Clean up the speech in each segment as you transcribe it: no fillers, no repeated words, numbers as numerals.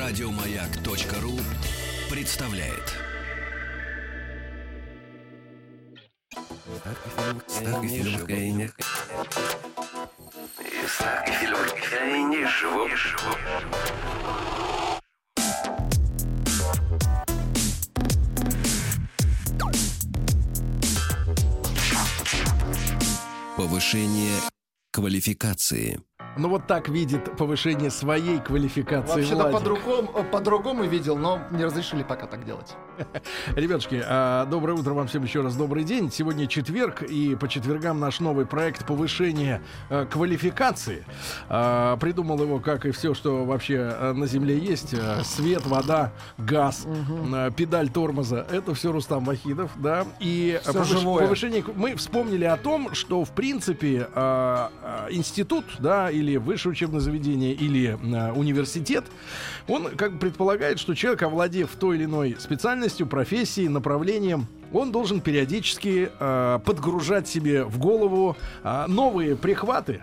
Радиомаяк.ру представляет. Повышение квалификации. Ну вот так видит повышение своей квалификации. Вообще-то по-другому видел, но не разрешили пока так делать. Ребятушки, доброе утро вам всем еще раз, добрый день. Сегодня четверг, и по четвергам наш новый проект повышения квалификации. Придумал его, как и все, что вообще на Земле есть. Свет, вода, газ, педаль тормоза. Это все Рустам Вахидов, да. И повышение. Мы вспомнили о том, что в принципе институт, да, или высшее учебное заведение, или университет, он как бы предполагает, что человек, овладев той или иной специальностью, профессией, направлением, он должен периодически подгружать себе в голову новые прихваты,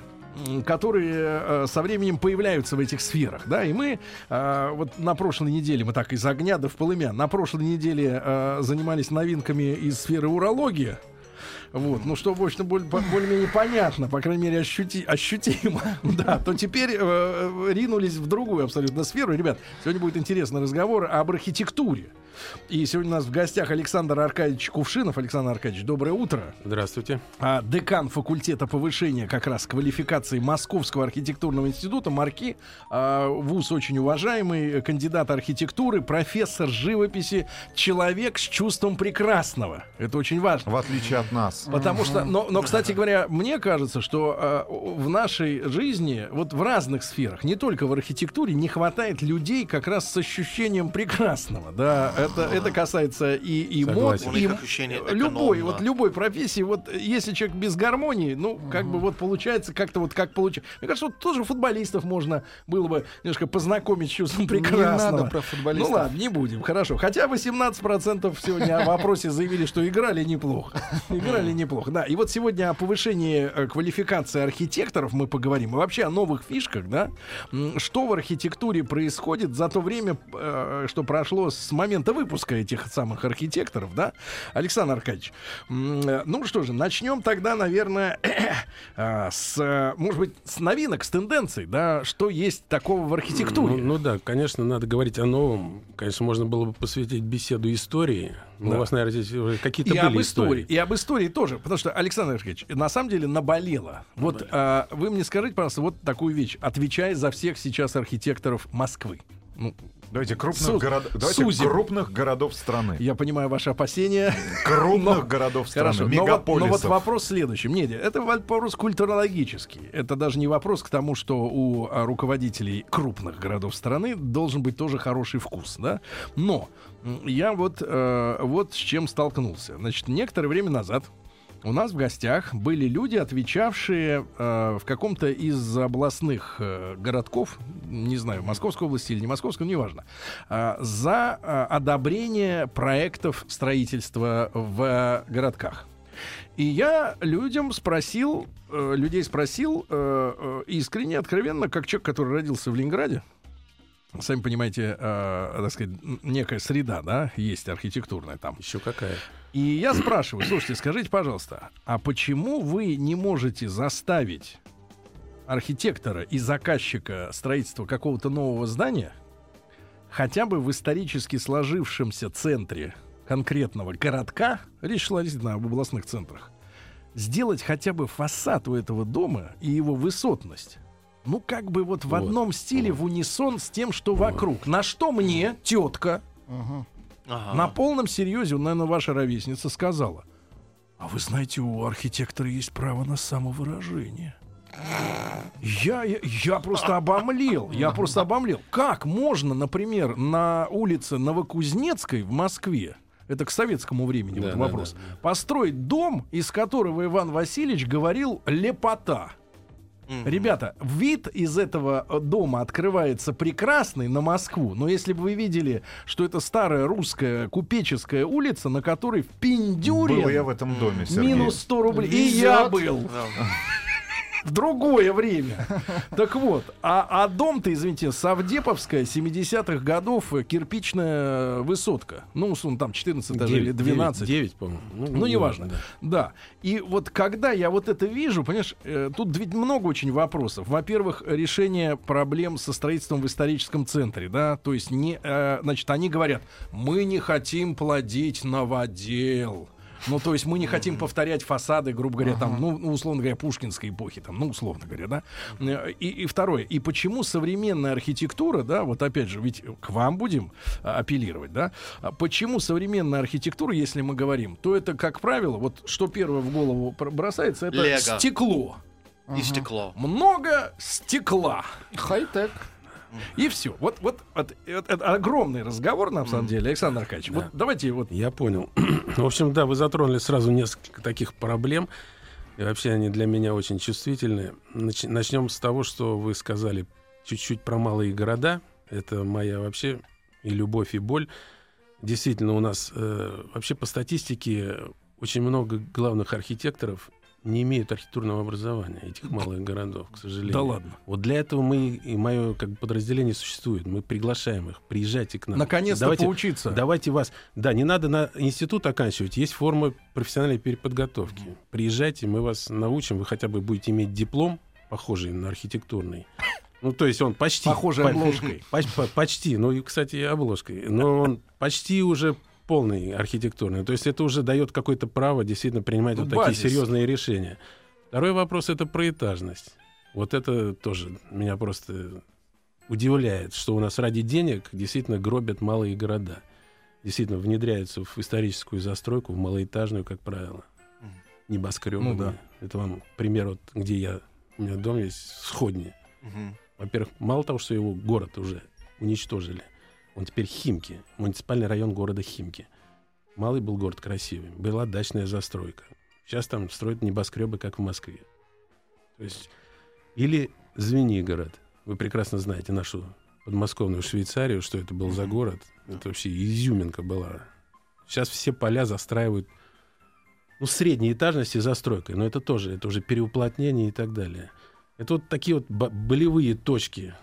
которые со временем появляются в этих сферах, да, и мы вот на прошлой неделе, мы так из огня да в полымя, на прошлой неделе занимались новинками из сферы урологии. Вот, ну что, в общем, более-менее понятно, по крайней мере, ощутимо, да, то теперь ринулись в другую абсолютно сферу. Ребят, сегодня будет интересный разговор об архитектуре. И сегодня у нас в гостях Александр Аркадьевич Кувшинов. Александр Аркадьевич, доброе утро. Здравствуйте. Декан факультета повышения как раз квалификации Московского архитектурного института МАРКИ. Вуз очень уважаемый, кандидат архитектуры, профессор живописи, человек с чувством прекрасного. Это очень важно. В отличие от нас. Потому что, но, кстати говоря, мне кажется, что в нашей жизни, вот в разных сферах, не только в архитектуре, не хватает людей как раз с ощущением прекрасного, да. Это касается и мод, и любой профессии. Вот если человек без гармонии, ну, как бы вот получается как-то вот как получается. Мне кажется, вот тоже футболистов можно было бы немножко познакомить с чувством прекрасного. Не надо про футболистов. Ну ладно, не будем, хорошо. Хотя 18% сегодня о вопросе заявили, что играли неплохо. Играли неплохо, да. И вот сегодня о повышении квалификации архитекторов мы поговорим. И вообще о новых фишках, да. Что в архитектуре происходит за то время, что прошло с момента выпуска этих самых архитекторов, да, Александр Аркадьевич. Ну что же, начнем тогда, наверное, может быть, с новинок, с тенденций, да, что есть такого в архитектуре. Ну да, конечно, надо говорить о новом. Конечно, можно было бы посвятить беседу истории. Но у вас, наверное, здесь уже какие-то были истории. И об истории тоже, потому что, Александр Аркадьевич, на самом деле наболело. Вот вы мне скажите, пожалуйста, вот такую вещь, отвечая за всех сейчас архитекторов Москвы. Ну, давайте крупных городов страны. Я понимаю ваши опасения. Крупных городов страны, мегаполисов. Но вот вопрос в следующем. Нет, это вопрос культурологический. Это даже не вопрос к тому, что у руководителей крупных городов страны должен быть тоже хороший вкус, да? Но я вот с чем столкнулся. Значит, некоторое время назад у нас в гостях были люди, отвечавшие в каком-то из областных городков, не знаю, Московской области или не Московской, неважно, за одобрение проектов строительства в городках. И я людей спросил искренне, откровенно, как человек, который родился в Ленинграде. Сами понимаете, так сказать, некая среда, да, есть архитектурная там. Еще какая. И я спрашиваю, слушайте, скажите, пожалуйста, а почему вы не можете заставить архитектора и заказчика строительства какого-то нового здания хотя бы в исторически сложившемся центре конкретного городка, речь шла действительно об областных центрах, сделать хотя бы фасад у этого дома и его высотность? Ну, как бы вот в одном стиле, в унисон с тем, что вокруг. На что мне тетка на полном серьезе, наверное, ваша ровесница сказала: а вы знаете, у архитектора есть право на самовыражение. Я просто обомлел. Как можно, например, на улице Новокузнецкой в Москве, это к советскому времени вопрос, построить дом, из которого Иван Васильевич говорил «лепота». Ребята, вид из этого дома открывается прекрасный на Москву, но если бы вы видели, что это старая русская купеческая улица, на которой в Пиндюре был я в этом доме, Сергей. минус 100 рублей. И я был. в другое время. Так вот, а дом-то, извините, Совдеповская, 70-х годов, кирпичная высотка. Ну, условно, там 14 этажей или 12. 9, по-моему. Ну, неважно. Да. И вот когда я вот это вижу, понимаешь, тут ведь много очень вопросов. Во-первых, решение проблем со строительством в историческом центре, да, то есть значит, они говорят, мы не хотим плодить новодел. Ну, то есть мы не хотим повторять фасады, грубо говоря, там, ну, условно говоря, пушкинской эпохи, там, ну, условно говоря, да. И второе, и почему современная архитектура, да, вот опять же, ведь к вам будем апеллировать, да, почему современная архитектура, если мы говорим, то это, как правило, вот что первое в голову бросается, это Лего. Стекло. И стекло. Много стекла. Хай-тек. И все. Вот это огромный разговор, на самом деле, Александр Аркадьевич. Да. Вот давайте вот. Я понял. В общем, да, вы затронули сразу несколько таких проблем. И вообще они для меня очень чувствительны. Начнем с того, что вы сказали чуть-чуть про малые города. Это моя вообще и любовь, и боль. Действительно, у нас вообще по статистике очень много главных архитекторов не имеют архитектурного образования, этих малых городов, к сожалению. Да ладно. Вот для этого мы и мое подразделение существует. Мы приглашаем их. Приезжайте к нам. Наконец-то поучиться. Давайте вас... Да, не надо на институт оканчивать. Есть форма профессиональной переподготовки. Приезжайте, мы вас научим. Вы хотя бы будете иметь диплом, похожий на архитектурный. Ну, то есть он почти... Похожий обложкой. Почти. Ну, и, кстати, и обложкой. Но он почти уже полный архитектурный. То есть это уже дает какое-то право действительно принимать вот такие серьезные решения. Второй вопрос — это про этажность. Вот это тоже меня просто удивляет, что у нас ради денег действительно гробят малые города. Действительно внедряются в историческую застройку, в малоэтажную, как правило. Небоскребы. Ну, да. Это вам пример, вот, где у меня дом есть, Сходни. Во-первых, мало того, что его город уже уничтожили, он теперь Химки, муниципальный район города Химки. Малый был город красивый, была дачная застройка. Сейчас там строят небоскребы, как в Москве. То есть, или Звенигород. Вы прекрасно знаете нашу подмосковную Швейцарию, что это был за город. Это вообще изюминка была. Сейчас все поля застраивают, ну, средней этажности застройкой, но это тоже, это уже переуплотнение и так далее. Это вот такие вот болевые точки.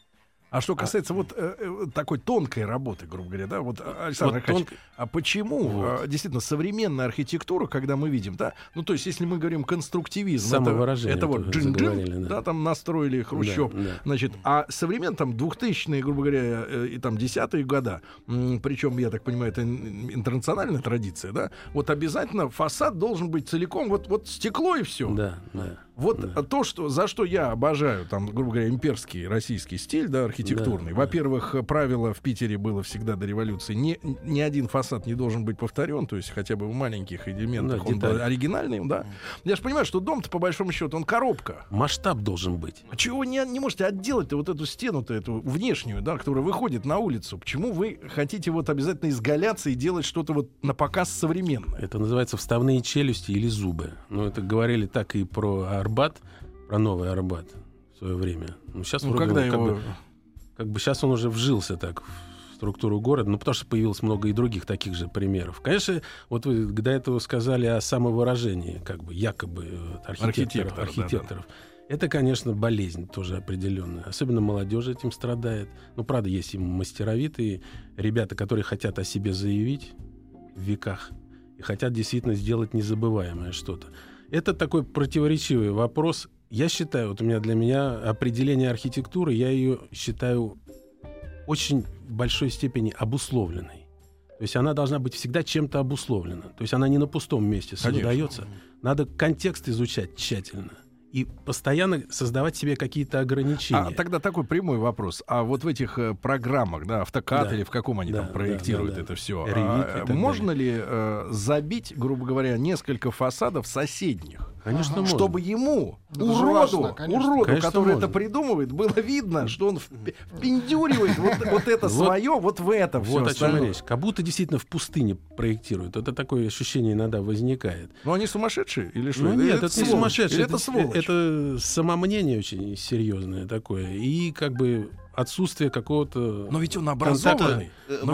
А что касается вот такой тонкой работы, грубо говоря, да, вот, Александр Аркадьевич, а почему действительно современная архитектура, когда мы видим, да, ну, то есть, если мы говорим конструктивизм, это вот джин-джин, да, там настроили Хрущев, значит, а современный там 2000-е, грубо говоря, и там 10-е года, причем, я так понимаю, это интернациональная традиция, да, вот обязательно фасад должен быть целиком, вот стекло и все. Да, да. Вот то, что, за что я обожаю, там, грубо говоря, имперский российский стиль, да, архитектурный. Да, во-первых, правило в Питере было всегда до революции. Ни один фасад не должен быть повторен, то есть хотя бы в маленьких элементах он был оригинальным, да. Я же понимаю, что дом-то, по большому счету, он коробка. Масштаб должен быть. А чего вы не можете отделать-то вот эту стену-то, эту внешнюю, да, которая выходит на улицу? Почему вы хотите вот обязательно изгаляться и делать что-то вот на показ современное? Это называется вставные челюсти или зубы. Ну, это говорили так и про Арбат, про новый Арбат в свое время. Ну, сейчас вроде он, как бы сейчас он уже вжился так в структуру города, ну, потому что появилось много и других таких же примеров. Конечно, вот вы до этого сказали о самовыражении, как бы, якобы архитекторов. Да. Это, конечно, болезнь тоже определенная. Особенно молодежь этим страдает. Ну, правда, есть и мастеровитые ребята, которые хотят о себе заявить в веках и хотят действительно сделать незабываемое что-то. Это такой противоречивый вопрос. Я считаю, для меня определение архитектуры, я ее считаю очень в большой степени обусловленной. То есть она должна быть всегда чем-то обусловлена. То есть она не на пустом месте создается. Надо контекст изучать тщательно и постоянно создавать себе какие-то ограничения. А тогда такой прямой вопрос. А вот в этих программах, да, автокад или в каком они там проектируют это все, можно ли забить, грубо говоря, несколько фасадов соседних? Конечно, можно. Чтобы ему, уроду, который это придумывает, было видно, что он впендюривает вот это свое, вот в это все. Вот о чем речь. Как будто действительно в пустыне проектируют. Это такое ощущение иногда возникает. Но они сумасшедшие или что? Ну, нет, это не сумасшедшие. Это сволочь. Это самомнение очень серьезное такое. И как бы отсутствие какого-то... Но ведь он образованный.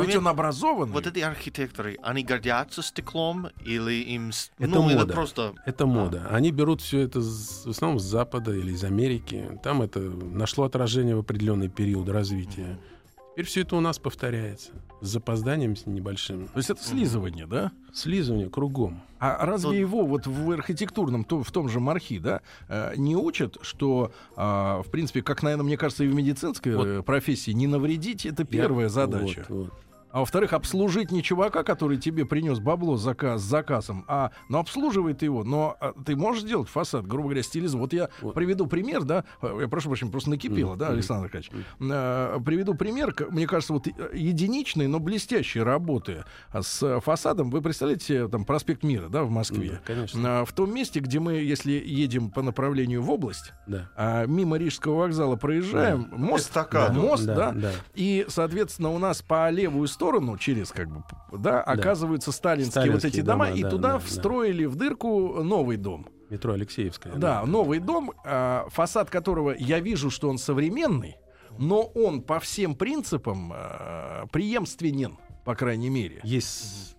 Вот эти архитекторы, они гордятся стеклом или им... Это мода. Или просто... Это мода. Они берут все это в основном с Запада или из Америки. Там это нашло отражение в определенный период развития. Теперь все это у нас повторяется. С запозданием с небольшим. То есть это слизывание, да? Слизывание кругом. А разве его вот в архитектурном, в том же МАРХИ, да, не учат, что, в принципе, как, наверное, мне кажется, и в медицинской профессии, не навредить — это первая задача. А во-вторых, обслужить не чувака, который тебе принес бабло с заказом, но обслуживает его. Но ты можешь сделать фасад, грубо говоря, стилизован. Вот я приведу пример, да, я прошу прощения, просто накипело, да, Александр Аркадьевич. Приведу пример, мне кажется, вот единичной, но блестящей работы с фасадом. Вы представляете, там, проспект Мира, да, в Москве? Да, конечно. В том месте, где мы, если едем по направлению в область, мимо Рижского вокзала проезжаем, мост, да, и, соответственно, у нас по левую сторону, через оказываются сталинские вот эти дома, и туда встроили в дырку новый дом. Метро Алексеевская. Да, новый дом, фасад которого я вижу, что он современный, но он по всем принципам преемственен, по крайней мере. Есть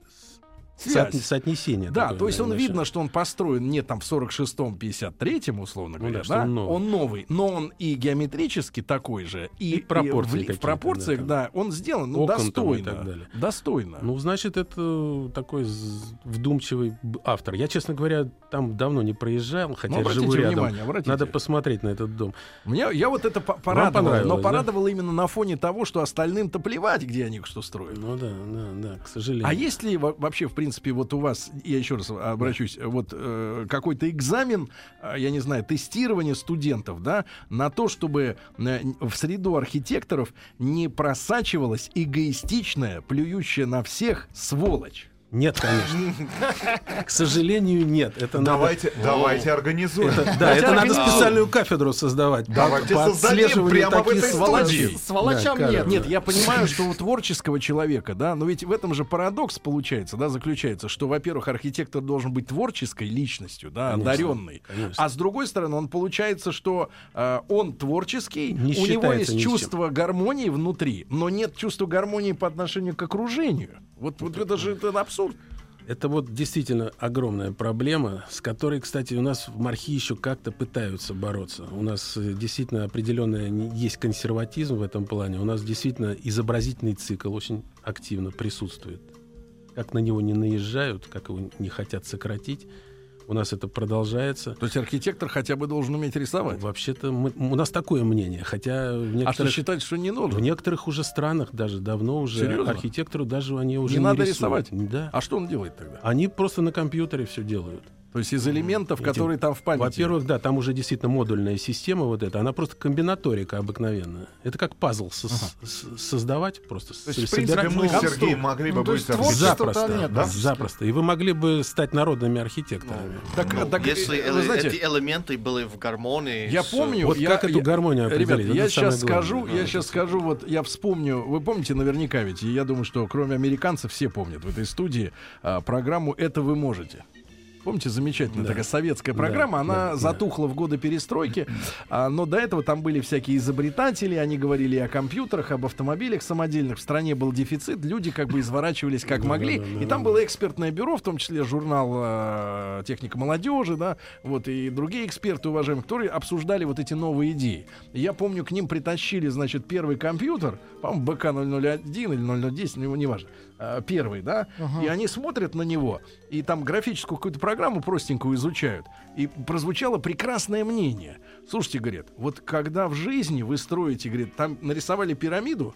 соотнесение. Да, то есть он видно, что он построен не там в 46-м, 53-м, условно говоря, да? Он новый, но он и геометрически такой же, и в пропорциях, да, он сделан достойно. Ну, значит, это такой вдумчивый автор. Я, честно говоря, там давно не проезжал, хотя живу рядом. Надо посмотреть на этот дом. Я вот это порадовало, но порадовало именно на фоне того, что остальным-то плевать, где они что строят. Ну да, к сожалению. А есть ли вообще, в принципе, вот у вас, я еще раз обращусь, какой-то экзамен, я не знаю, тестирование студентов, да, на то, чтобы в среду архитекторов не просачивалась эгоистичная, плюющая на всех сволочь? Нет, конечно. К сожалению, нет. Давайте организуем. Это надо специальную кафедру создавать. Давайте создадим прямо в этой студии. Сволочам нет. Нет, я понимаю, что у творческого человека, да, но ведь в этом же парадокс получается, да, заключается, что, во-первых, архитектор должен быть творческой личностью, да, одаренной. А с другой стороны, он получается, что он творческий, у него есть чувство гармонии внутри, но нет чувства гармонии по отношению к окружению. Вот это же абсурд. Это вот действительно огромная проблема, с которой, кстати, у нас в МАРХИ еще как-то пытаются бороться. У нас действительно определенный есть консерватизм в этом плане. У нас действительно изобразительный цикл очень активно присутствует. Как на него не наезжают, как его не хотят сократить. У нас это продолжается. То есть архитектор хотя бы должен уметь рисовать? Вообще-то у нас такое мнение. Хотя в некоторых... А что считать, что не нужно? В некоторых уже странах даже давно уже Серьезно? Архитектору даже они уже не надо рисуют. Рисовать? Да. А что он делает тогда? Они просто на компьютере все делают. То есть из элементов, которые там в памяти. Во-первых, да, там уже действительно модульная система вот эта, она просто комбинаторика обыкновенная. Это как пазл создавать просто. То есть, в принципе, мы с Сергеем могли бы быть запросто. Запросто. И вы могли бы стать народными архитекторами. Если эти элементы были в гармонии. Я помню. Вот как эту гармонию определить? Ребят, я сейчас скажу, вот я вспомню, вы помните наверняка ведь, и я думаю, что кроме американцев все помнят в этой студии программу «Это вы можете». Помните, замечательная такая советская программа, она затухла в годы перестройки, но до этого там были всякие изобретатели, они говорили о компьютерах, об автомобилях самодельных, в стране был дефицит, люди как бы изворачивались как могли, и там было экспертное бюро, в том числе журнал «Техника молодежи», да, вот, и другие эксперты, уважаемые, которые обсуждали вот эти новые идеи. И я помню, к ним притащили, значит, первый компьютер, по-моему, БК-001 или 0010, неважно, первый, да, и они смотрят на него, и там графическую какую-то программу простенькую изучают, и прозвучало прекрасное мнение. Слушайте, говорят, вот когда в жизни вы строите, говорит, там нарисовали пирамиду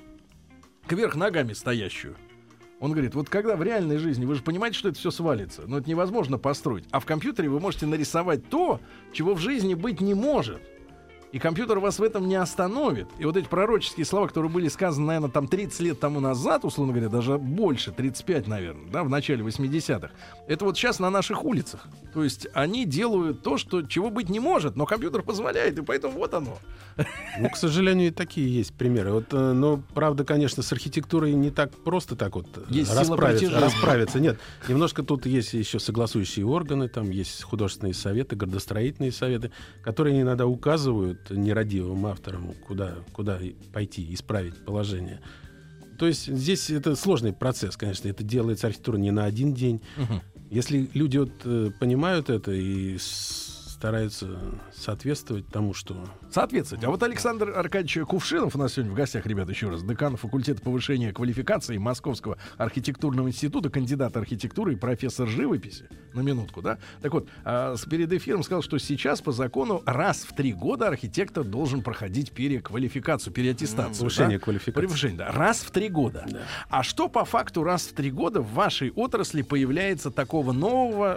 кверх ногами стоящую. Он говорит, вот когда в реальной жизни, вы же понимаете, что это все свалится, но это невозможно построить, а в компьютере вы можете нарисовать то, чего в жизни быть не может. И компьютер вас в этом не остановит. И вот эти пророческие слова, которые были сказаны, наверное, там 30 лет тому назад, условно говоря, даже больше, 35, наверное, да, в начале 80-х, это вот сейчас на наших улицах. То есть они делают то, чего быть не может, но компьютер позволяет, и поэтому вот оно. Ну, к сожалению, и такие есть примеры. Вот, но, правда, конечно, с архитектурой не так просто так вот расправиться. Нет, немножко тут есть еще согласующие органы, там есть художественные советы, градостроительные советы, которые иногда указывают вот нерадивым авторам, куда пойти, исправить положение. То есть здесь это сложный процесс, конечно. Это делается архитектура не на один день. Если люди вот понимают это и стараются соответствовать тому, что... Соответствовать. А вот Александр Аркадьевич Кувшинов у нас сегодня в гостях, ребята, еще раз, декан факультета повышения квалификации Московского архитектурного института, кандидат архитектуры и профессор живописи. На минутку, да? Так вот, перед эфиром сказал, что сейчас по закону раз в 3 года архитектор должен проходить переквалификацию, переаттестацию. Повышение квалификации. Повышение, да. Раз в 3 года. Да. А что по факту раз в 3 года в вашей отрасли появляется такого нового,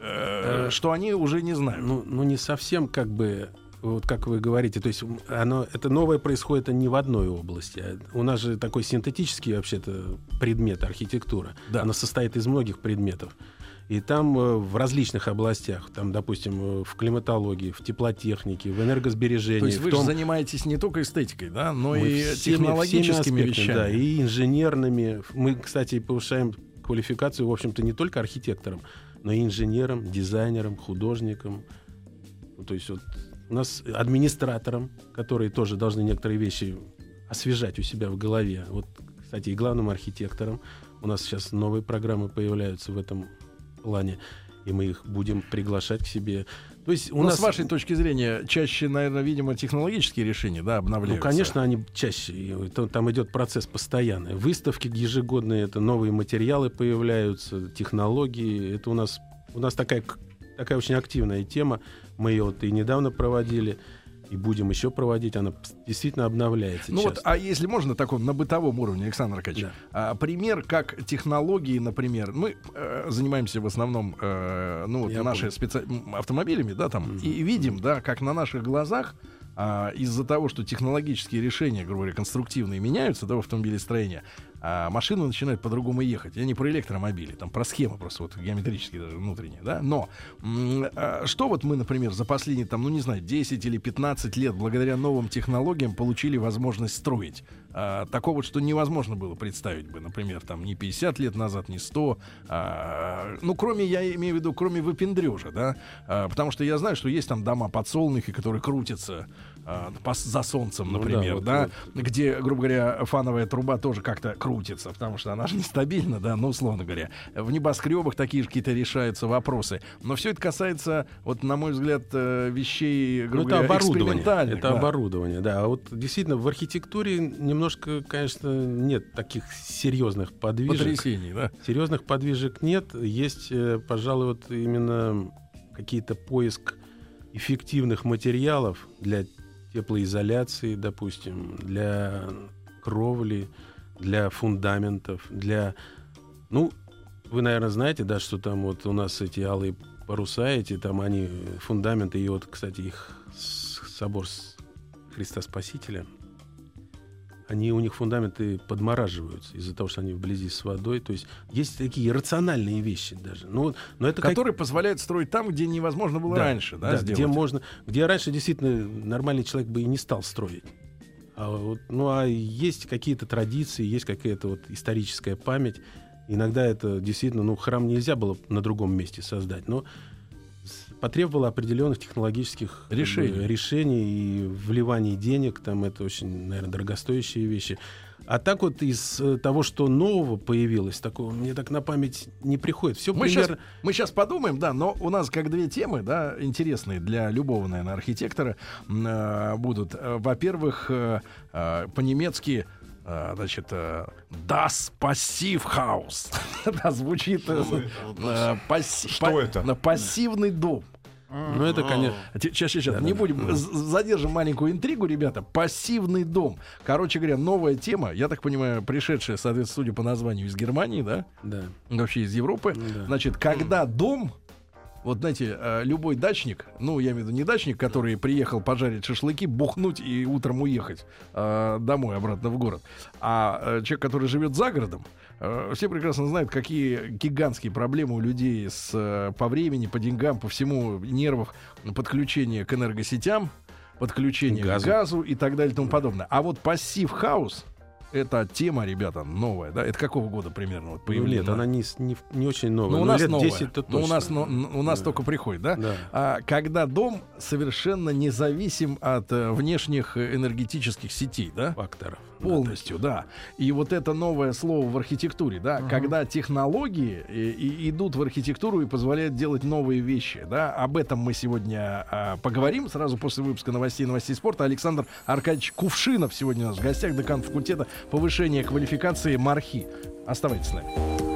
что они уже не знают? Ну, не совсем как бы, вот как вы говорите, то есть это новое происходит не в одной области. У нас же такой синтетический вообще-то предмет архитектура. Да. Она состоит из многих предметов. И там в различных областях, там, допустим, в климатологии, в теплотехнике, в энергосбережении. То есть вы же занимаетесь не только эстетикой, да, но и технологическими вещами. Да, и инженерными. Мы, кстати, повышаем квалификацию, в общем-то, не только архитекторам, но и инженерам, дизайнерам, художникам. То есть вот у нас администраторам, которые тоже должны некоторые вещи освежать у себя в голове. Вот, кстати, и главным архитекторам. У нас сейчас новые программы появляются в этом плане, и мы их будем приглашать к себе. То есть у нас, с вашей точки зрения, чаще, наверное, видимо, технологические решения, да, обновляются? Ну, конечно, они чаще. Там идет процесс постоянный. Выставки ежегодные, это новые материалы появляются, технологии. Это у нас такая очень активная тема. Мы ее вот и недавно проводили, и будем еще проводить. Она действительно обновляется. Ну вот, а если можно, таком на бытовом уровне, Александр Аркадьевич, пример, как технологии, например, мы занимаемся в основном нашими автомобилями, да, там, и видим, да, как на наших глазах из-за того, что технологические решения, грубо говоря, конструктивные меняются, да, в автомобилестроении, машины начинают по-другому ехать. Я не про электромобили, там про схемы просто вот геометрические даже внутренние, да. Но что вот мы, например, за последние, там, 10 или 15 лет благодаря новым технологиям получили возможность строить. Такого, что невозможно было представить бы, например, там, не 50 лет назад, не 100. Кроме выпендрежа, да. Потому что я знаю, что есть там дома подсолнухи, которые крутятся за солнцем, например, где, грубо говоря, фановая труба тоже как-то крутится, потому что она же нестабильна, да, условно говоря. В небоскребах такие же какие-то решаются вопросы. Но все это касается, вот, на мой взгляд, вещей, грубо говоря, экспериментальных. Это оборудование, да. А вот действительно в архитектуре немножко, конечно, нет таких серьезных подвижек. Потрясений, да? Серьезных подвижек нет. Есть, пожалуй, вот именно какие-то поиск эффективных материалов для теплоизоляции, допустим, для кровли, для фундаментов, вы, наверное, знаете, да, что там вот у нас эти алые паруса, они фундаменты, и вот, кстати, их собор Христа Спасителя, у них фундаменты подмораживаются из-за того, что они вблизи с водой. То есть есть такие рациональные вещи даже. Но это которые позволяют строить там, где невозможно было раньше. Да, где раньше действительно нормальный человек бы и не стал строить. А есть какие-то традиции, есть какая-то вот историческая память. Иногда это действительно, храм нельзя было на другом месте создать, но потребовало определенных технологических решений и вливаний денег. Там это очень, наверное, дорогостоящие вещи. А так вот из того, что нового появилось, такого мне так на память не приходит. Мы сейчас подумаем, да, но у нас как 2 темы, да, интересные для любого, наверное, архитектора будут. Во-первых, по-немецки, значит, Das Passivhaus. Да, звучит что это? Пассивный дом. Это, конечно... Сейчас. Не будем. Задержим маленькую интригу, ребята. Пассивный дом. Короче говоря, новая тема, я так понимаю, пришедшая, соответственно, судя по названию, из Германии, да? Да. Вообще из Европы. Да. Значит, когда дом... Вот, знаете, любой дачник, я имею в виду не дачник, который приехал пожарить шашлыки, бухнуть и утром уехать домой, обратно в город, а человек, который живет за городом, все прекрасно знают, какие гигантские проблемы у людей по времени, по деньгам, по всему, нервов, подключение к энергосетям, подключение к газу и так далее и тому подобное. А вот пассив-хаус, Это тема, ребята, новая, да? Это какого года примерно вот появления? Нет, она не очень новая. Ну, у нас лет новая. 10 это точно. У нас только приходит, да? Да. Когда дом совершенно независим от внешних энергетических сетей, да? Факторов. Полностью, да. И вот это новое слово в архитектуре, да, когда технологии идут в архитектуру и позволяют делать новые вещи, да. Об этом мы сегодня поговорим сразу после выпуска новостей спорта. Александр Аркадьевич Кувшинов сегодня у нас в гостях, декан факультета повышения квалификации МАРХИ. Оставайтесь с нами.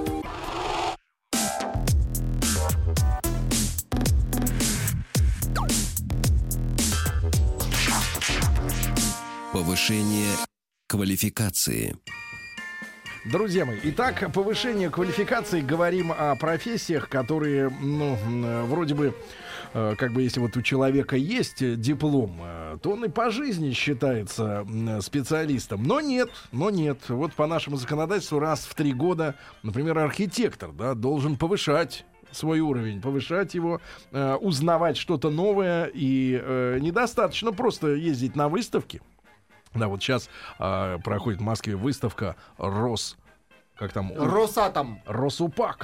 Повышение квалификации. Друзья мои, итак, повышение квалификации. Говорим о профессиях, которые, ну, вроде бы, как бы, если вот у человека есть диплом, то он и по жизни считается специалистом. Но нет. Вот по нашему законодательству раз в 3 года, например, архитектор, да, должен повышать свой уровень, повышать его, узнавать что-то новое. И недостаточно просто ездить на выставки. Да, вот сейчас проходит в Москве выставка Росатом. Росупак.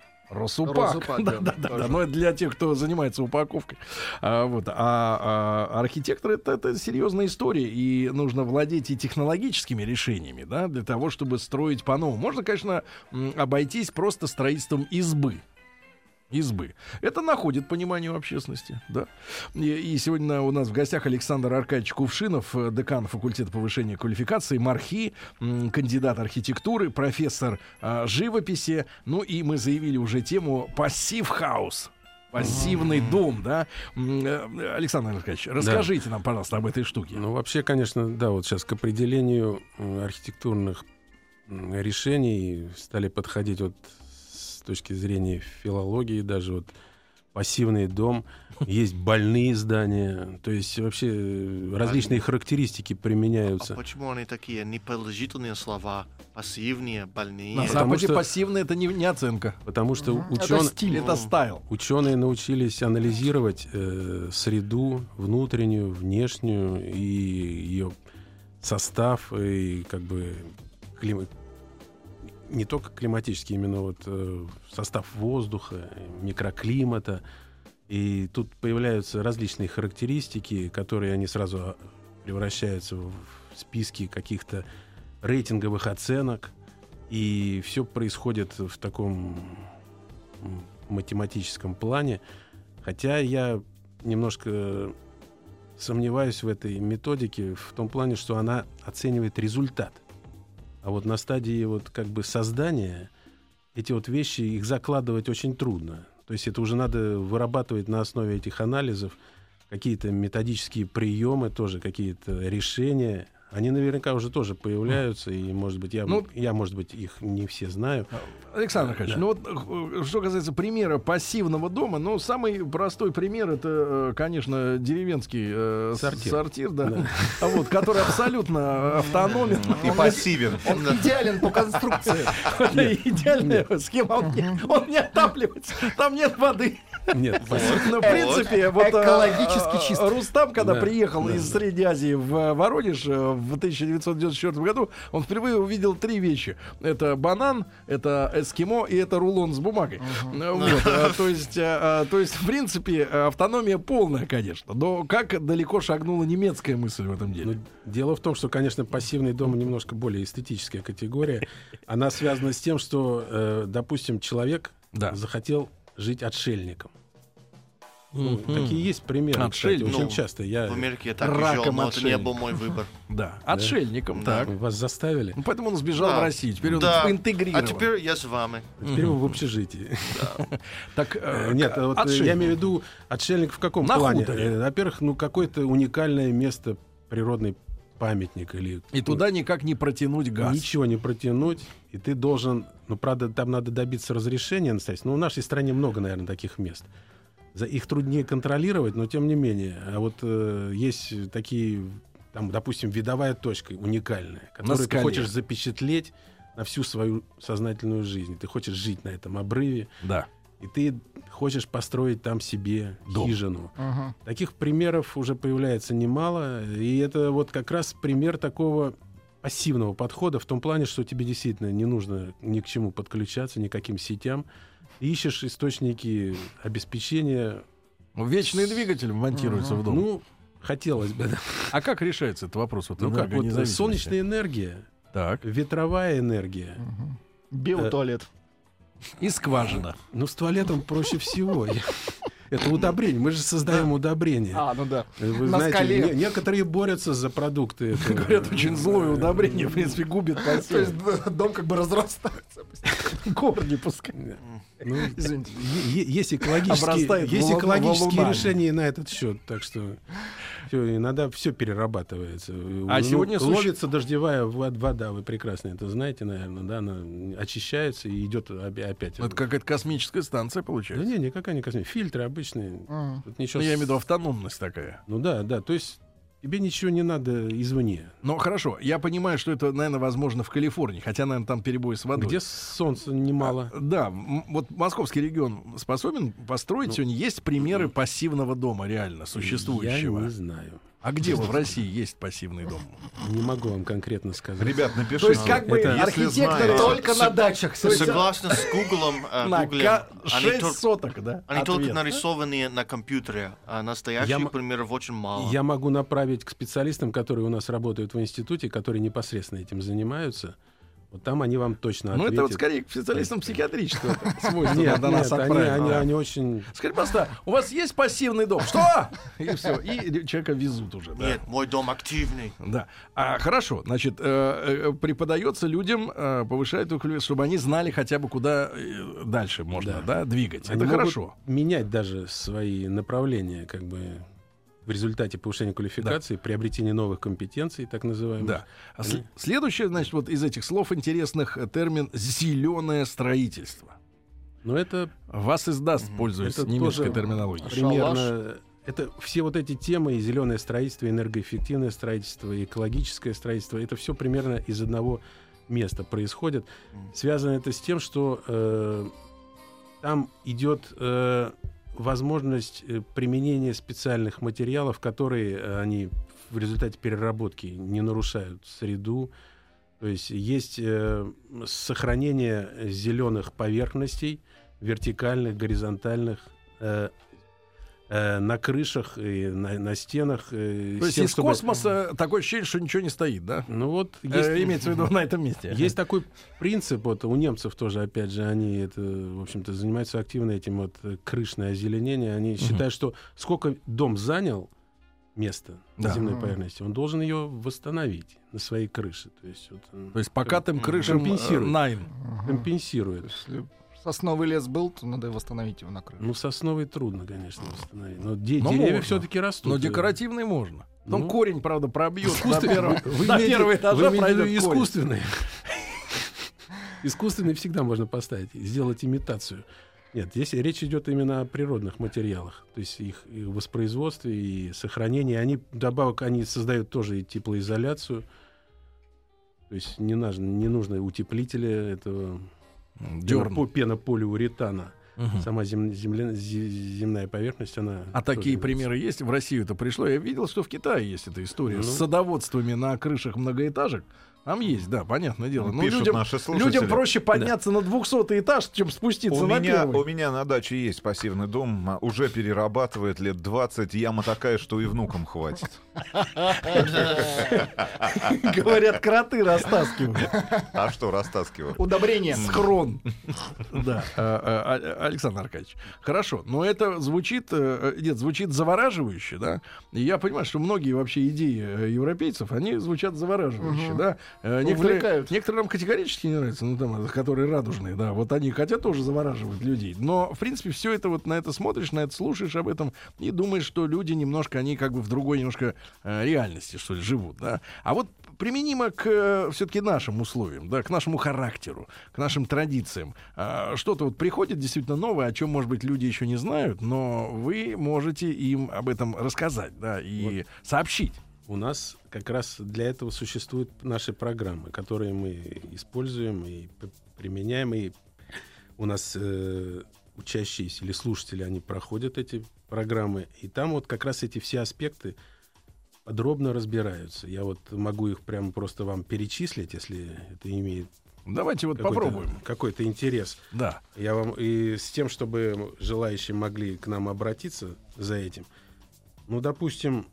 Да. Но это для тех, кто занимается упаковкой. Архитектор это серьезная история, и нужно владеть и технологическими решениями, да, для того, чтобы строить по-новому. Можно, конечно, обойтись просто строительством избы. Это находит понимание у общественности, да. И сегодня у нас в гостях Александр Аркадьевич Кувшинов, декан факультета повышения квалификации МАРХИ, кандидат архитектуры, профессор живописи. Ну и мы заявили уже тему пассив-хаус. Пассивный дом, да. Александр Аркадьевич, расскажите нам, пожалуйста, об этой штуке. Ну, вообще, конечно, да, вот сейчас к определению архитектурных решений стали подходить вот с точки зрения филологии, даже вот пассивный дом, есть больные здания, то есть вообще различные характеристики применяются. А почему они такие неположительные слова? Пассивные, больные? На Западе пассивные — это не оценка. Потому что это стиль, это стайл. Ученые научились анализировать среду внутреннюю, внешнюю и ее состав, и как бы не только климатический, именно вот состав воздуха, микроклимата. И тут появляются различные характеристики, которые они сразу превращаются в списки каких-то рейтинговых оценок. И все происходит в таком математическом плане. Хотя я немножко сомневаюсь в этой методике в том плане, что она оценивает результат. А вот на стадии вот как бы создания эти вот вещи, их закладывать очень трудно. То есть это уже надо вырабатывать на основе этих анализов какие-то методические приемы, тоже какие-то решения. Они наверняка уже тоже появляются, и, может быть, я, может быть, их не все знаю. Александр Аркадьевич, ну вот, что касается примера пассивного дома, ну, самый простой пример — это, конечно, деревенский сортир, да. Вот, который абсолютно автономен. И пассивен. Он идеален по конструкции. Идеальная схема. Он не отапливается, там нет воды. Нет, ну, в принципе, вот экологически чист. Рустам, когда приехал из Средней Азии в Воронеж в 1994 году, он впервые увидел 3 вещи. Это банан, это эскимо и это рулон с бумагой. То есть, в принципе, автономия полная, конечно. Но как далеко шагнула немецкая мысль в этом деле? Дело в том, что, конечно, пассивный дом немножко более эстетическая категория. Она связана с тем, что, допустим, человек захотел жить отшельником. Такие есть примеры, кстати, очень часто. В Америке я так и жил, но это не был мой выбор. Да, отшельником, так. Вас заставили? Поэтому он сбежал в Россию, теперь он интегрирован. А теперь я с вами. Теперь вы в общежитии. Так, нет, я имею в виду отшельник в каком плане? Во-первых, какое-то уникальное место, природный памятник. И туда никак не протянуть газ. Ничего не протянуть, и ты должен... правда, там надо добиться разрешения настоящего. Но в нашей стране много, наверное, таких мест. Их труднее контролировать, но тем не менее. А вот есть такие, там, допустим, видовая точка уникальная, которую ты хочешь запечатлеть на всю свою сознательную жизнь. Ты хочешь жить на этом обрыве. Да. И ты хочешь построить там себе хижину. Таких примеров уже появляется немало. И это вот как раз пример такого пассивного подхода в том плане, что тебе действительно не нужно ни к чему подключаться, никаким сетям. Ты ищешь источники обеспечения. Вечный двигатель монтируется в дом. Ну, хотелось бы. Да. А как решается этот вопрос? Вот, как вот солнечная энергия, ветровая энергия, биотуалет и скважина. Ну, с туалетом проще всего. Это удобрение. Мы же создаем удобрение. Ну да. Вы знаете, некоторые борются за продукты. Говорят, очень злое удобрение, в принципе, губит посев. То есть дом как бы разрастается. Корни пускай. Извините. Есть экологические решения на этот счет. Так что иногда все перерабатывается. А сегодня ловится дождевая вода. Вы прекрасно это знаете, наверное. Да? Она очищается и идет опять. Это какая-то космическая станция получается. Да не, никакая не космическая. Фильтры обычные. Я имею в виду автономность такая. Ну да. То есть тебе ничего не надо извне. Ну хорошо, я понимаю, что это, наверное, возможно в Калифорнии, хотя, наверное, там перебои с водой. Где солнца немало. Да, вот московский регион способен построить сегодня. Есть примеры пассивного дома реально существующего? Я не знаю. А где в России есть пассивный дом? Не могу вам конкретно сказать. Ребят, напишите. То есть как бы архитекторы только на дачах. Согласно с Гуглом, 6 соток, да? Они только нарисованы на компьютере, а настоящих примеров очень мало. Я могу направить к специалистам, которые у нас работают в институте, которые непосредственно этим занимаются. Вот там они вам точно ответят. Ну, это вот скорее к специалистам психиатрического свойства. Нет, они очень... Скажите, просто, у вас есть пассивный дом? Что? И все, и человека везут уже. Нет, мой дом активный. Да. Хорошо, значит, преподается людям, повышает их, чтобы они знали хотя бы, куда дальше можно двигать. Это хорошо. Менять даже свои направления, как бы... в результате повышения квалификации, приобретения новых компетенций, так называемых. Да. Следующее, значит, вот из этих слов интересных термин «зеленое строительство». Но это... Вас издаст, пользуясь немецкой терминологией. Примерно... Это все вот эти темы, и зеленое строительство, энергоэффективное строительство, и экологическое строительство, это все примерно из одного места происходит. Связано это с тем, что там идет... возможность применения специальных материалов, которые они в результате переработки не нарушают среду. То есть сохранение зеленых поверхностей, вертикальных, горизонтальных, на крышах и на стенах. То есть из космоса такое ощущение, что ничего не стоит, да? Ну вот имеется в виду на этом месте. Есть такой принцип, вот у немцев тоже, опять же, они это, в общем-то, занимаются активно этим вот крышное озеленение. Они считают, что сколько дом занял место на земной поверхности, он должен ее восстановить на своей крыше. То есть покатым крышам компенсирует. Сосновый лес был, то надо восстановить его на крыше. Ну, сосновый трудно, конечно, восстановить. Но деревья все-таки растут. Но декоративный можно. Там корень, правда, пробьет до первого этажа, пройдет искусственный. Искусственный всегда можно поставить, сделать имитацию. Нет, здесь речь идет именно о природных материалах. То есть их воспроизводстве и сохранении. Они, вдобавок, они создают тоже и теплоизоляцию. То есть не нужно утеплители этого... пенополиуретана. Сама земная поверхность, она... А такие примеры есть? В Россию это пришло. Я видел, что в Китае есть эта история с садоводствами на крышах многоэтажек. Там есть, да, понятное дело. Но людям проще подняться на 200-й этаж, чем спуститься на первый. У меня на даче есть пассивный дом, уже перерабатывает лет 20. Яма такая, что и внукам хватит. Говорят, кроты растаскивают. А что растаскивают? Удобрение. Схрон. Да. Александр Аркадьевич, хорошо, но это звучит завораживающе, да? И я понимаю, что многие вообще идеи европейцев, они звучат завораживающе, да? Некоторые нам категорически не нравятся, которые радужные, да, вот они хотят тоже завораживать людей. Но, в принципе, все это вот на это смотришь, на это слушаешь об этом и думаешь, что люди немножко, они как бы в другой немножко реальности, что ли, живут, да. А вот применимо к все-таки нашим условиям, да, к нашему характеру, к нашим традициям. Что-то вот приходит действительно новое, о чем, может быть, люди еще не знают, но вы можете им об этом рассказать, да, и сообщить. У нас как раз для этого существуют наши программы, которые мы используем и применяем. И у нас учащиеся или слушатели, они проходят эти программы. И там вот как раз эти все аспекты подробно разбираются. Я вот могу их прямо просто вам перечислить, если это имеет... Давайте вот попробуем. Какой-то интерес. Да. Я вам и с тем, чтобы желающие могли к нам обратиться за этим. Ну, допустим,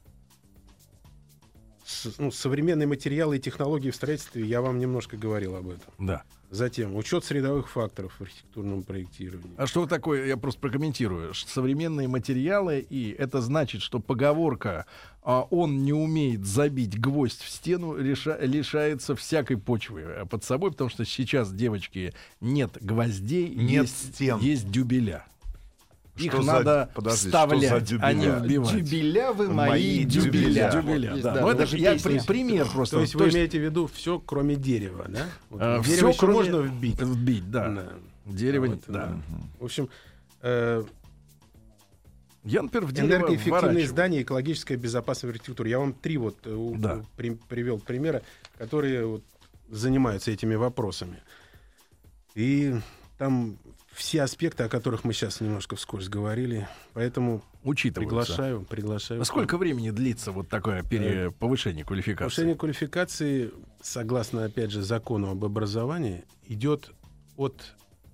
современные материалы и технологии в строительстве, я вам немножко говорил об этом. Да. Затем учет средовых факторов в архитектурном проектировании. А что такое, я просто прокомментирую, современные материалы, и это значит, что поговорка «он не умеет забить гвоздь в стену» лишается всякой почвы под собой, потому что сейчас, девочки, нет гвоздей, нет есть стен, есть дюбеля. Их что надо вставлять, а не вбивать. Дюбеля вы мои дюбеля. Да. Но это же пример просто. То есть вы имеете в виду все, кроме дерева, да? Вот дерево еще кроме... можно вбить. Вбить, да. Дерево, вот, да. В общем, я, например, в дерево энергоэффективные здания, экологическая безопасность в архитектуре. Я вам 3 привел примера, которые занимаются этими вопросами. И там все аспекты, о которых мы сейчас немножко вскользь говорили, поэтому приглашаю. А сколько времени длится вот такое повышение квалификации? Повышение квалификации, согласно, опять же, закону об образовании, идет от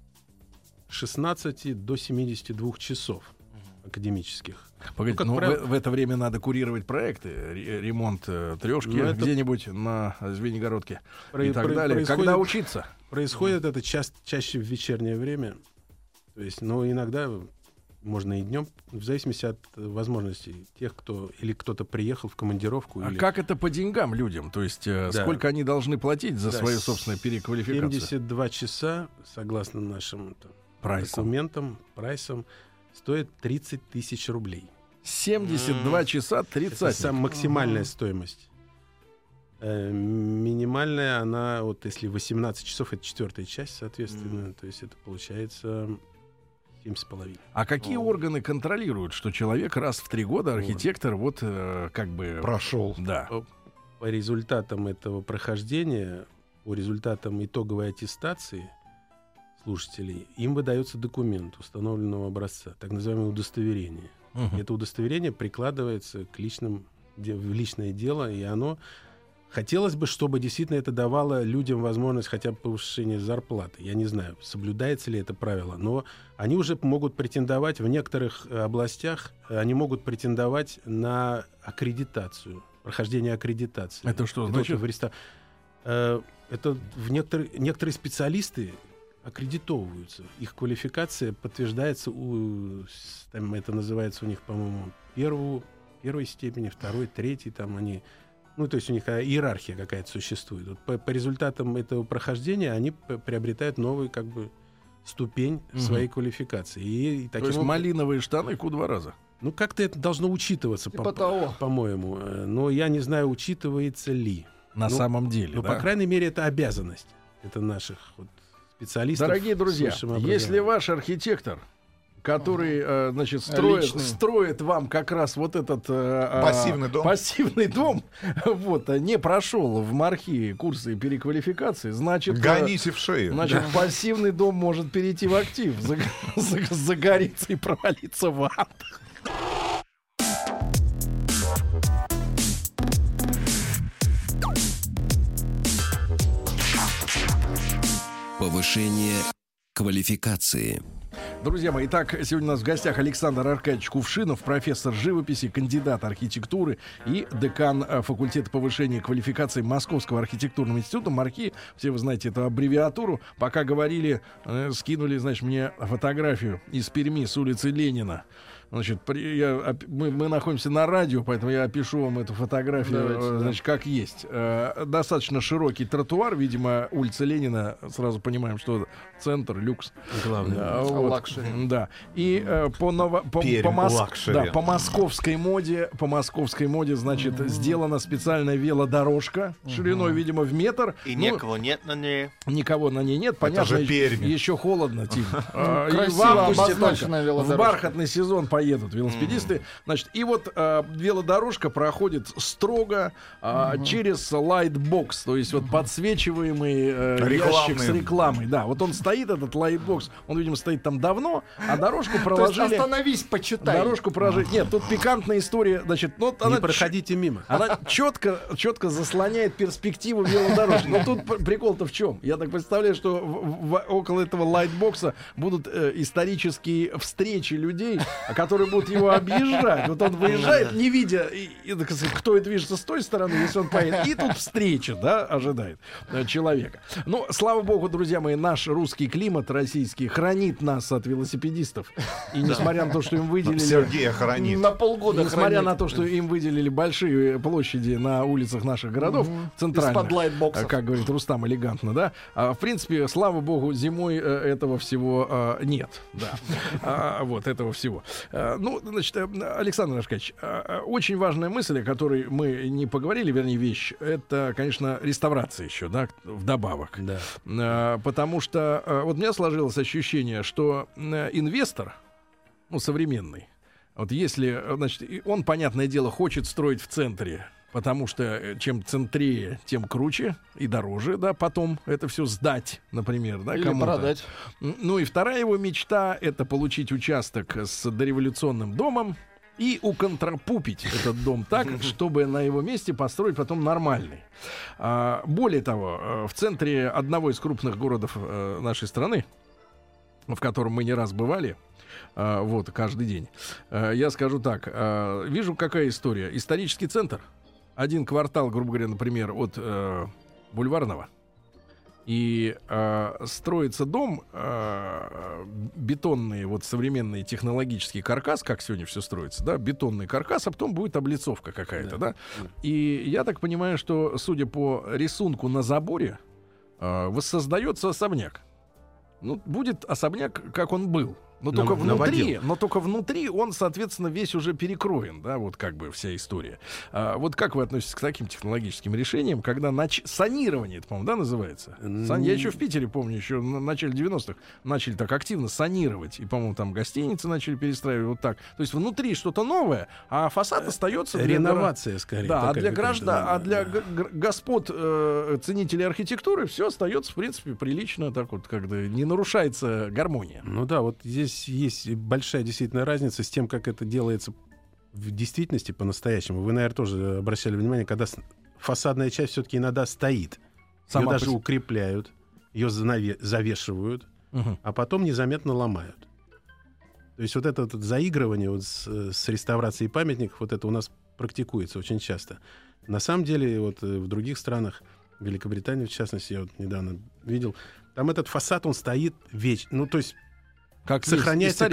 16 до 72 часов академических. Погодите, в это время надо курировать проекты, ремонт трешки где-нибудь на Звенигородке и так далее. Когда учиться? Происходит это чаще в вечернее время. То есть, иногда можно и днем, в зависимости от возможностей тех, кто-то приехал в командировку. А как это по деньгам людям? То есть, сколько они должны платить за свою собственную переквалификацию? 72 часа, согласно нашим документам, прайсам, стоит 30 тысяч рублей. 72 часа 30. Это самая максимальная стоимость. Минимальная, она, если 18 часов, это 4-я часть, соответственно, то есть это получается 7,5. А какие органы контролируют, что человек раз в 3 года, архитектор, прошел? Да. По результатам этого прохождения, по результатам итоговой аттестации слушателей, им выдается документ установленного образца, так называемое удостоверение. Это удостоверение прикладывается в личное дело, и оно... Хотелось бы, чтобы действительно это давало людям возможность хотя бы повышения зарплаты. Я не знаю, соблюдается ли это правило, но они уже могут претендовать в некоторых областях, они могут претендовать на аккредитацию, прохождение аккредитации. Это что значит? Это некоторые специалисты аккредитовываются. Их квалификация подтверждается, это называется у них, по-моему, первой степени, 2-й, 3-й, там они... то есть у них иерархия какая-то существует. По результатам этого прохождения они приобретают новую ступень своей квалификации. То есть малиновые штаны ку 2 раза. Как-то это должно учитываться, по-моему. Но я не знаю, учитывается ли. На самом деле, по крайней мере, это обязанность. Это наших специалистов. Дорогие друзья, если ваш архитектор, который, строит вам как раз вот этот пассивный дом, не прошел в МАРХИ курсы переквалификации, значит... Гоните в шею. Значит, пассивный дом может перейти в актив, загорится и провалиться в ад. Повышение квалификации. Друзья мои, итак, сегодня у нас в гостях Александр Аркадьевич Кувшинов, профессор живописи, кандидат архитектуры и декан факультета повышения квалификации Московского архитектурного института МАРХИ. Все вы знаете эту аббревиатуру. Пока говорили, скинули, мне фотографию из Перми с улицы Ленина. Значит, мы находимся на радио, поэтому я опишу вам эту фотографию, как есть. Достаточно широкий тротуар, видимо, улица Ленина. Сразу понимаем, что центр, люкс. Главное. Лакшери. Да. И по московской моде, значит, сделана специальная велодорожка шириной, видимо, в метр. И никого нет на ней. Никого на ней нет. Понятно, это же Пермь. еще холодно, Тим. Красиво обозначенная велодорожка. В бархатный сезон поедут велосипедисты. Значит, и вот велодорожка проходит строго через лайтбокс, то есть вот подсвечиваемый ящик с рекламой. Да, вот он стоит, этот лайтбокс, он, видимо, стоит там давно, а дорожку проложили... То есть остановись, почитай. Дорожку проложили... Нет, тут пикантная история, значит... Ну, не проходите мимо. Она четко заслоняет перспективу велодорожки. Но тут прикол-то в чем? Я так представляю, что около этого лайтбокса будут исторические встречи людей, которые будут его объезжать. Вот он выезжает, не видя, кто движется с той стороны, если он поедет. И тут встреча, да, ожидает человека. Ну, слава богу, друзья мои, наш русский климат российский хранит нас от велосипедистов. И несмотря на то, что им выделили... Сергея хранит. На полгода несмотря на то, что им выделили большие площади на улицах наших городов, центральных, как говорит Рустам элегантно, да, в принципе, слава богу, зимой этого всего нет. Да. Вот, этого всего. Ну, значит, Александр Аркадьевич, очень важная мысль, о которой мы не поговорили, вернее, вещь, это, конечно, реставрация еще, да, вдобавок. Да. Потому что вот у меня сложилось ощущение, что инвестор, ну, современный, вот если, значит, он, понятное дело, хочет строить в центре, потому что чем центрее, тем круче и дороже, да, потом это все сдать, например, да, или кому-то. Продать. Ну и вторая его мечта — это получить участок с дореволюционным домом и уконтрапупить этот дом так, чтобы на его месте построить потом нормальный. Более того, в центре одного из крупных городов нашей страны, в котором мы не раз бывали, вот, каждый день, я скажу так, вижу, какая история. Исторический центр, один квартал, грубо говоря, например, от Бульварного, и строится дом, бетонный, вот современный технологический каркас, как сегодня все строится, да, бетонный каркас, а потом будет облицовка какая-то, да. И я так понимаю, что, судя по рисунку на заборе, воссоздается особняк. Ну, будет особняк, как он был. Но только внутри он, соответственно, весь уже перекроен, да, вот как бы вся история. Вот как вы относитесь к таким технологическим решениям, когда санирование, это, по-моему, да, называется? Я еще в Питере помню, еще в начале 90-х начали так активно санировать, и, по-моему, там гостиницы начали перестраивать вот так. То есть внутри что-то новое, а фасад остается... Реновация, скорее. Да, а для граждан, для господ ценителей архитектуры все остается, в принципе, прилично, так вот, когда не нарушается гармония. Ну да, вот здесь есть большая действительно разница с тем, как это делается в действительности по-настоящему. Вы, наверное, тоже обращали внимание, когда фасадная часть все-таки иногда стоит. Ее даже укрепляют, ее завешивают, а потом незаметно ломают. То есть вот это заигрывание вот с реставрацией памятников, вот это у нас практикуется очень часто. На самом деле, вот в других странах, в Великобритании, в частности, я вот недавно видел, там этот фасад, он стоит вечно. Ну, то есть как сохраняется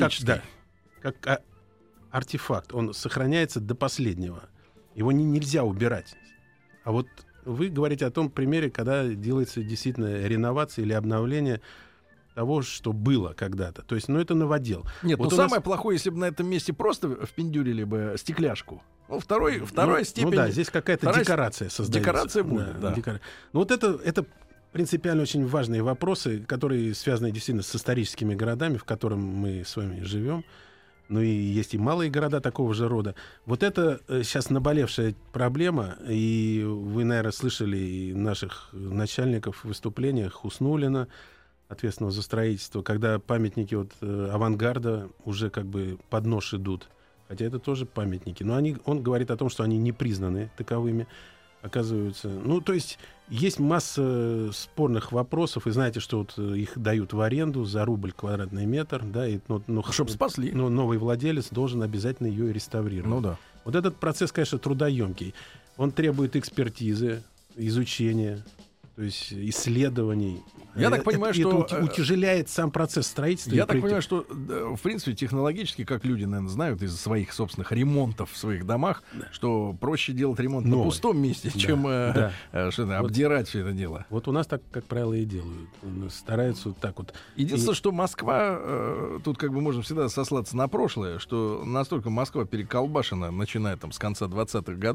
как артефакт. Он сохраняется до последнего. Его нельзя убирать. А вот вы говорите о том примере, когда делается действительно реновация или обновление того, что было когда-то. То есть, ну, это новодел. Нет, вот самое плохое, если бы на этом месте просто впендюрили бы стекляшку. Ну, вторая степень... Ну да, здесь какая-то декорация создается. Декорация будет, да. Ну, вот это принципиально очень важные вопросы, которые связаны действительно с историческими городами, в котором мы с вами живем. Ну и есть и малые города такого же рода. Вот это сейчас наболевшая проблема, и вы, наверное, слышали и наших начальников в выступлениях Хуснуллина, ответственного за строительство, когда памятники вот авангарда уже как бы под нож идут. Хотя это тоже памятники. Но он говорит о том, что они не признаны таковыми. Оказываются. Ну, то есть есть масса спорных вопросов, и знаете, что вот их дают в аренду за рубль квадратный метр, да, и, чтобы спасли. Но новый владелец должен обязательно ее реставрировать. Ну да. Вот этот процесс, конечно, трудоемкий. Он требует экспертизы, изучения, то есть исследований. Я так понимаю, что это утяжеляет сам процесс строительства. Я так понимаю, что в принципе технологически, как люди, наверное, знают из своих собственных ремонтов в своих домах, что проще делать ремонт на пустом месте, чем обдирать все это дело. Вот у нас так, как правило, и делают. Стараются вот так вот. Единственное, что Москва, тут как бы можно всегда сослаться на прошлое, что настолько Москва переколбашена, начиная там с конца 20-х годов,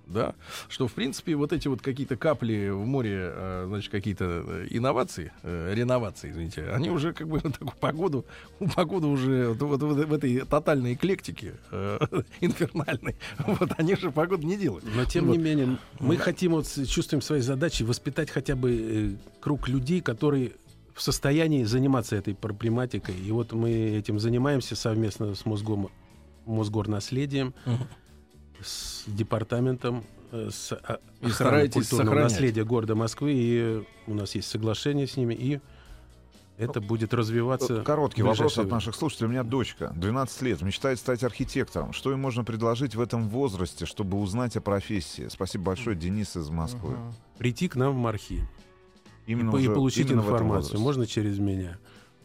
да, что, в принципе, вот эти вот какие-то капли в море, значит, какие-то инновации, реновации, извините, они уже как бы такую погоду уже вот в этой тотальной эклектике инфернальной, вот они же погоду не делают. Но, тем не менее, мы хотим, вот, чувствуем своей задачей воспитать хотя бы круг людей, которые в состоянии заниматься этой проблематикой. И вот мы этим занимаемся совместно с Мосгорнаследием, с департаментом с охраной культурного наследия города Москвы. И у нас есть соглашение с ними, и это будет развиваться. Короткий вопрос от наших слушателей. У меня дочка, 12 лет, мечтает стать архитектором. Что им можно предложить в этом возрасте, чтобы узнать о профессии? Спасибо большое, Денис из Москвы. Прийти к нам в МарХи и получить информацию. Можно через меня.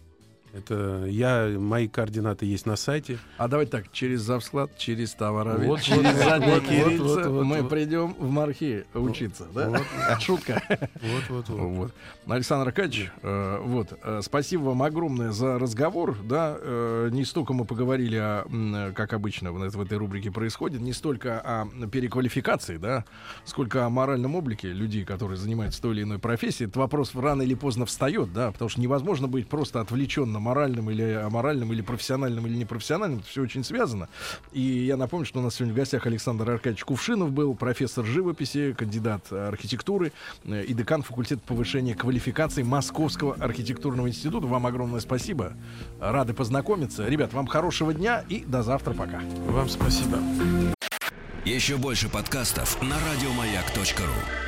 Мои координаты есть на сайте. А давайте так, через завсклад, через товаровед, через задние кирильца мы придем в МарХи учиться, да? Шутка. Вот. Александр Аркадьевич, спасибо вам огромное за разговор, да, не столько мы поговорили как обычно в этой рубрике происходит, не столько о переквалификации, да, сколько о моральном облике людей, которые занимаются той или иной профессией. Этот вопрос рано или поздно встает, да, потому что невозможно быть просто отвлеченным моральным или аморальным, или профессиональным, или непрофессиональным. Это все очень связано. И я напомню, что у нас сегодня в гостях Александр Аркадьевич Кувшинов был, профессор живописи, кандидат архитектуры и декан факультета повышения квалификации Московского архитектурного института. Вам огромное спасибо. Рады познакомиться. Ребят, вам хорошего дня и до завтра. Пока. Вам спасибо. Еще больше подкастов на радиомаяк.ру.